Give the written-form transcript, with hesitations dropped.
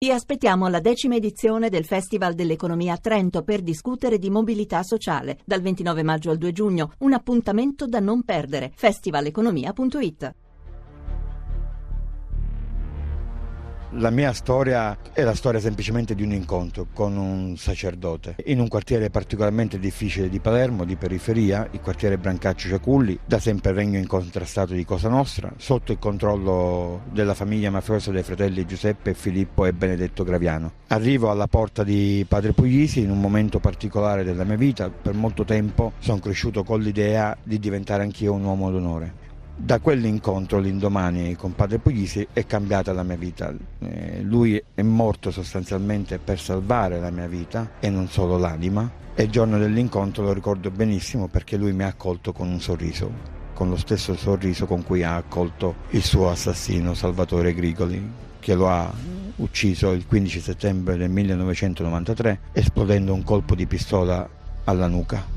Vi aspettiamo alla 10ª edizione del Festival dell'Economia a Trento per discutere di mobilità sociale. Dal 29 maggio al 2 giugno, un appuntamento da non perdere. festivaleconomia.it. La mia storia è la storia semplicemente di un incontro con un sacerdote in un quartiere particolarmente difficile di Palermo, di periferia, il quartiere Brancaccio Ciaculli, da sempre regno incontrastato di Cosa Nostra, sotto il controllo della famiglia mafiosa dei fratelli Giuseppe, Filippo e Benedetto Graviano. Arrivo alla porta di Padre Puglisi in un momento particolare della mia vita. Per molto tempo sono cresciuto con l'idea di diventare anch'io un uomo d'onore. Da quell'incontro l'indomani con Padre Puglisi è cambiata la mia vita. Lui è morto sostanzialmente per salvare la mia vita e non solo l'anima, e il giorno dell'incontro lo ricordo benissimo perché lui mi ha accolto con un sorriso, con lo stesso sorriso con cui ha accolto il suo assassino Salvatore Grigoli, che lo ha ucciso il 15 settembre del 1993 esplodendo un colpo di pistola alla nuca.